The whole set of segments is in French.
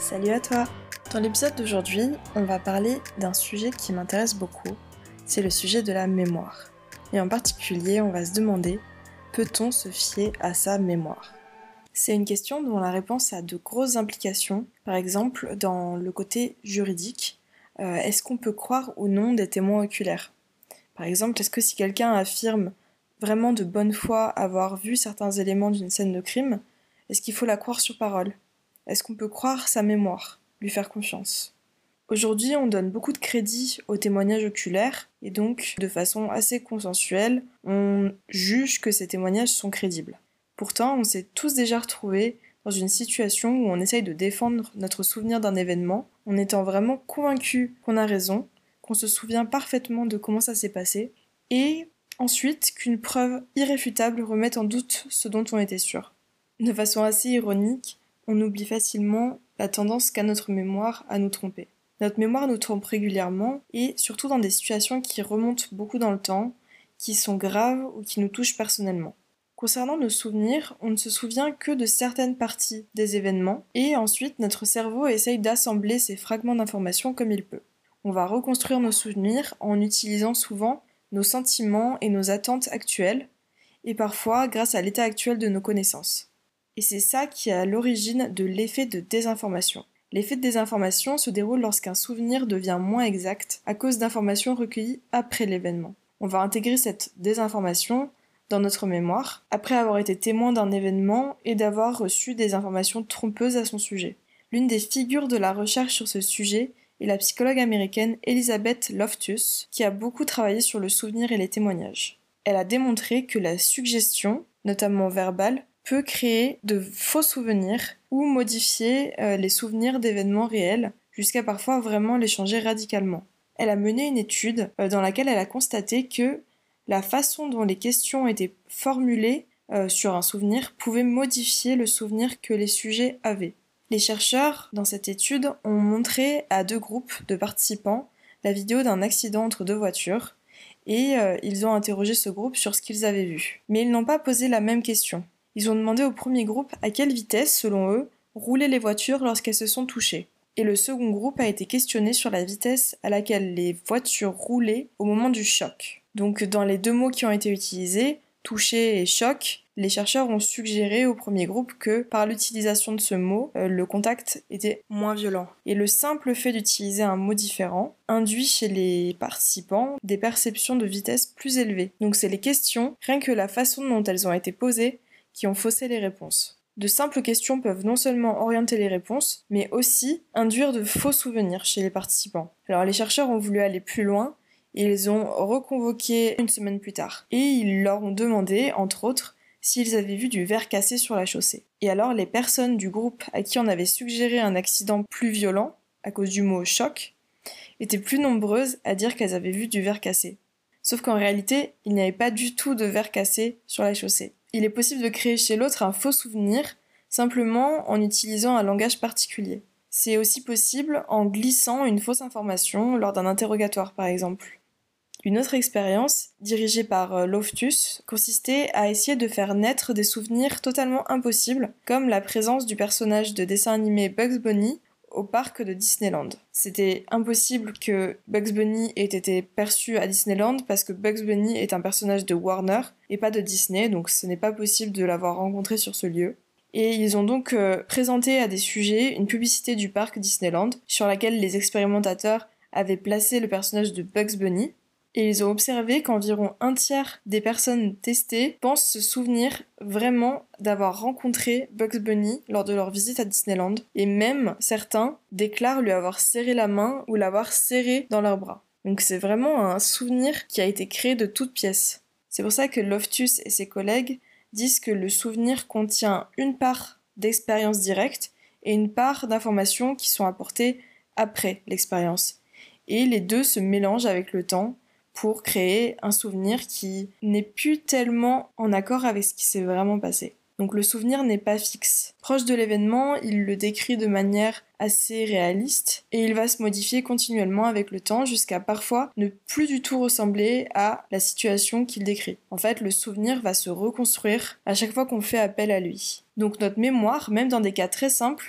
Salut à toi! Dans l'épisode d'aujourd'hui, on va parler d'un sujet qui m'intéresse beaucoup, c'est le sujet de la mémoire. Et en particulier, on va se demander, peut-on se fier à sa mémoire? C'est une question dont la réponse a de grosses implications, par exemple dans le côté juridique. Est-ce qu'on peut croire ou non des témoins oculaires? Par exemple, est-ce que si quelqu'un affirme vraiment de bonne foi avoir vu certains éléments d'une scène de crime, est-ce qu'il faut la croire sur parole? Est-ce qu'on peut croire sa mémoire, lui faire confiance? Aujourd'hui, on donne beaucoup de crédit aux témoignages oculaires, et donc, de façon assez consensuelle, on juge que ces témoignages sont crédibles. Pourtant, on s'est tous déjà retrouvés dans une situation où on essaye de défendre notre souvenir d'un événement, en étant vraiment convaincu qu'on a raison, qu'on se souvient parfaitement de comment ça s'est passé, et ensuite qu'une preuve irréfutable remette en doute ce dont on était sûr. De façon assez ironique, on oublie facilement la tendance qu'a notre mémoire à nous tromper. Notre mémoire nous trompe régulièrement, et surtout dans des situations qui remontent beaucoup dans le temps, qui sont graves ou qui nous touchent personnellement. Concernant nos souvenirs, on ne se souvient que de certaines parties des événements, et ensuite notre cerveau essaye d'assembler ces fragments d'informations comme il peut. On va reconstruire nos souvenirs en utilisant souvent nos sentiments et nos attentes actuelles, et parfois grâce à l'état actuel de nos connaissances. Et c'est ça qui est à l'origine de l'effet de désinformation. L'effet de désinformation se déroule lorsqu'un souvenir devient moins exact à cause d'informations recueillies après l'événement. On va intégrer cette désinformation dans notre mémoire, après avoir été témoin d'un événement et d'avoir reçu des informations trompeuses à son sujet. L'une des figures de la recherche sur ce sujet est la psychologue américaine Elizabeth Loftus, qui a beaucoup travaillé sur le souvenir et les témoignages. Elle a démontré que la suggestion, notamment verbale, peut créer de faux souvenirs ou modifier les souvenirs d'événements réels, jusqu'à parfois vraiment les changer radicalement. Elle a mené une étude dans laquelle elle a constaté que la façon dont les questions étaient formulées sur un souvenir pouvait modifier le souvenir que les sujets avaient. Les chercheurs, dans cette étude, ont montré à 2 groupes de participants la vidéo d'un accident entre 2 voitures, et ils ont interrogé ce groupe sur ce qu'ils avaient vu. Mais ils n'ont pas posé la même question. Ils ont demandé au premier groupe à quelle vitesse, selon eux, roulaient les voitures lorsqu'elles se sont touchées. Et le second groupe a été questionné sur la vitesse à laquelle les voitures roulaient au moment du choc. Donc dans les 2 mots qui ont été utilisés, toucher et choc, les chercheurs ont suggéré au premier groupe que par l'utilisation de ce mot, le contact était moins violent. Et le simple fait d'utiliser un mot différent induit chez les participants des perceptions de vitesse plus élevées. Donc c'est les questions, rien que la façon dont elles ont été posées, qui ont faussé les réponses. De simples questions peuvent non seulement orienter les réponses, mais aussi induire de faux souvenirs chez les participants. Alors les chercheurs ont voulu aller plus loin, et ils ont reconvoqué une semaine plus tard. Et ils leur ont demandé, entre autres, s'ils avaient vu du verre cassé sur la chaussée. Et alors les personnes du groupe à qui on avait suggéré un accident plus violent, à cause du mot choc, étaient plus nombreuses à dire qu'elles avaient vu du verre cassé. Sauf qu'en réalité, il n'y avait pas du tout de verre cassé sur la chaussée. Il est possible de créer chez l'autre un faux souvenir, simplement en utilisant un langage particulier. C'est aussi possible en glissant une fausse information lors d'un interrogatoire, par exemple. Une autre expérience, dirigée par Loftus, consistait à essayer de faire naître des souvenirs totalement impossibles, comme la présence du personnage de dessin animé Bugs Bunny au parc de Disneyland. C'était impossible que Bugs Bunny ait été perçu à Disneyland parce que Bugs Bunny est un personnage de Warner et pas de Disney, donc ce n'est pas possible de l'avoir rencontré sur ce lieu. Et ils ont donc présenté à des sujets une publicité du parc Disneyland sur laquelle les expérimentateurs avaient placé le personnage de Bugs Bunny. Et ils ont observé qu'environ un tiers des personnes testées pensent se souvenir vraiment d'avoir rencontré Bugs Bunny lors de leur visite à Disneyland. Et même certains déclarent lui avoir serré la main ou l'avoir serré dans leurs bras. Donc c'est vraiment un souvenir qui a été créé de toutes pièces. C'est pour ça que Loftus et ses collègues disent que le souvenir contient une part d'expérience directe et une part d'informations qui sont apportées après l'expérience. Et les deux se mélangent avec le temps pour créer un souvenir qui n'est plus tellement en accord avec ce qui s'est vraiment passé. Donc le souvenir n'est pas fixe. Proche de l'événement, il le décrit de manière assez réaliste et il va se modifier continuellement avec le temps jusqu'à parfois ne plus du tout ressembler à la situation qu'il décrit. En fait, le souvenir va se reconstruire à chaque fois qu'on fait appel à lui. Donc notre mémoire, même dans des cas très simples,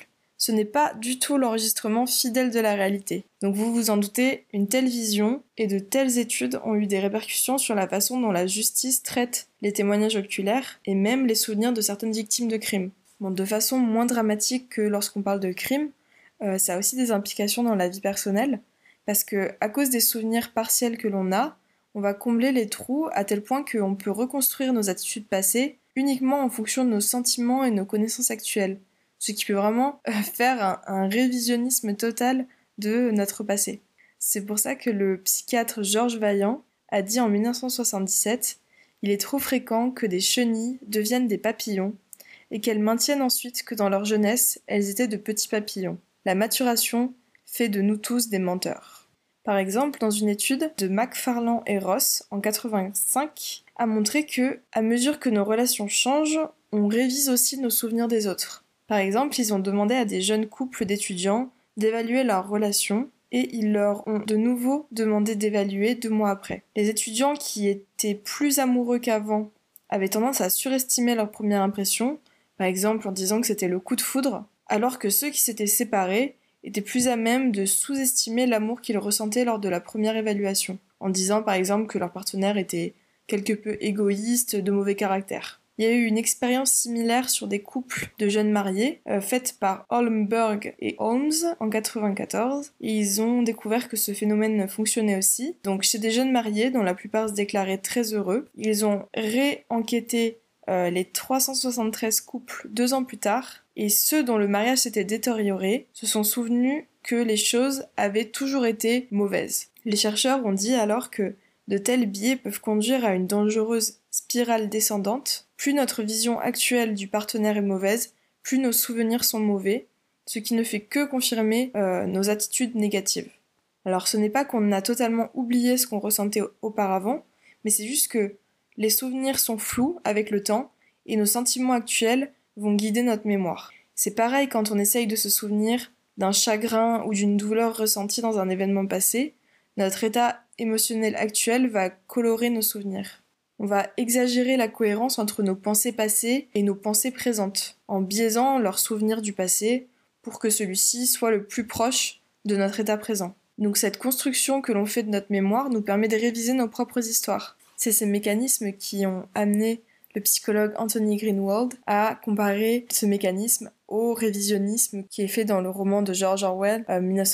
ce n'est pas du tout l'enregistrement fidèle de la réalité. Donc vous vous en doutez, une telle vision et de telles études ont eu des répercussions sur la façon dont la justice traite les témoignages oculaires et même les souvenirs de certaines victimes de crimes. Bon, de façon moins dramatique que lorsqu'on parle de crimes, ça a aussi des implications dans la vie personnelle, parce que à cause des souvenirs partiels que l'on a, on va combler les trous à tel point qu'on peut reconstruire nos attitudes passées uniquement en fonction de nos sentiments et nos connaissances actuelles, ce qui peut vraiment faire un révisionnisme total de notre passé. C'est pour ça que le psychiatre Georges Vaillant a dit en 1977 « Il est trop fréquent que des chenilles deviennent des papillons et qu'elles maintiennent ensuite que dans leur jeunesse, elles étaient de petits papillons. La maturation fait de nous tous des menteurs. » Par exemple, dans une étude de McFarland et Ross en 1985, a montré que, à mesure que nos relations changent, on révise aussi nos souvenirs des autres. Par exemple, ils ont demandé à des jeunes couples d'étudiants d'évaluer leurs relations et ils leur ont de nouveau demandé d'évaluer 2 mois après. Les étudiants qui étaient plus amoureux qu'avant avaient tendance à surestimer leur première impression, par exemple en disant que c'était le coup de foudre, alors que ceux qui s'étaient séparés étaient plus à même de sous-estimer l'amour qu'ils ressentaient lors de la première évaluation, en disant par exemple que leur partenaire était quelque peu égoïste, de mauvais caractère. Il y a eu une expérience similaire sur des couples de jeunes mariés, faite par Holmberg et Holmes en 1994, et ils ont découvert que ce phénomène fonctionnait aussi. Donc chez des jeunes mariés, dont la plupart se déclaraient très heureux, ils ont réenquêté les 373 couples 2 ans plus tard, et ceux dont le mariage s'était détérioré se sont souvenus que les choses avaient toujours été mauvaises. Les chercheurs ont dit alors que de tels biais peuvent conduire à une dangereuse spirale descendante. Plus notre vision actuelle du partenaire est mauvaise, plus nos souvenirs sont mauvais, ce qui ne fait que confirmer nos attitudes négatives. Alors ce n'est pas qu'on a totalement oublié ce qu'on ressentait auparavant, mais c'est juste que les souvenirs sont flous avec le temps et nos sentiments actuels vont guider notre mémoire. C'est pareil quand on essaye de se souvenir d'un chagrin ou d'une douleur ressentie dans un événement passé, notre état émotionnel actuel va colorer nos souvenirs. On va exagérer la cohérence entre nos pensées passées et nos pensées présentes, en biaisant leurs souvenirs du passé pour que celui-ci soit le plus proche de notre état présent. Donc cette construction que l'on fait de notre mémoire nous permet de réviser nos propres histoires. C'est ces mécanismes qui ont amené le psychologue Anthony Greenwald a comparé ce mécanisme au révisionnisme qui est fait dans le roman de George Orwell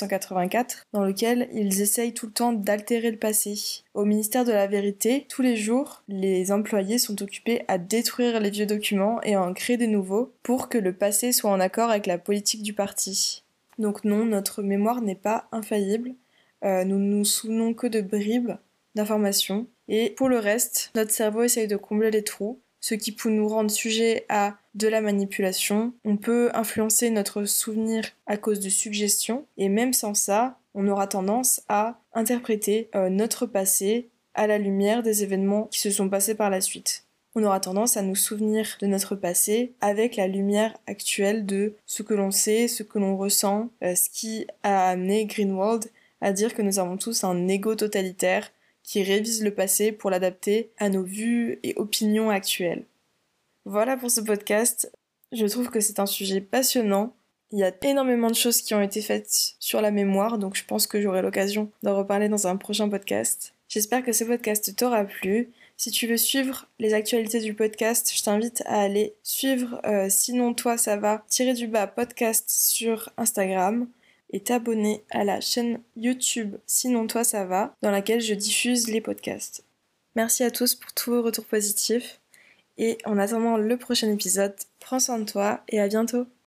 1984, dans lequel ils essayent tout le temps d'altérer le passé. Au ministère de la Vérité, tous les jours, les employés sont occupés à détruire les vieux documents et à en créer des nouveaux pour que le passé soit en accord avec la politique du parti. Donc non, notre mémoire n'est pas infaillible, nous nous souvenons que de bribes d'informations, et pour le reste, notre cerveau essaye de combler les trous, ce qui peut nous rendre sujets à de la manipulation. On peut influencer notre souvenir à cause de suggestions, et même sans ça, on aura tendance à interpréter notre passé à la lumière des événements qui se sont passés par la suite. On aura tendance à nous souvenir de notre passé avec la lumière actuelle de ce que l'on sait, ce que l'on ressent, ce qui a amené Greenwald à dire que nous avons tous un ego totalitaire qui révise le passé pour l'adapter à nos vues et opinions actuelles. Voilà pour ce podcast. Je trouve que c'est un sujet passionnant. Il y a énormément de choses qui ont été faites sur la mémoire, donc je pense que j'aurai l'occasion d'en reparler dans un prochain podcast. J'espère que ce podcast t'aura plu. Si tu veux suivre les actualités du podcast, je t'invite à aller suivre Sinon Toi Ça Va _podcast sur Instagram et t'abonner à la chaîne YouTube Sinon Toi Ça Va, dans laquelle je diffuse les podcasts. Merci à tous pour tous vos retours positifs, et en attendant le prochain épisode, prends soin de toi et à bientôt.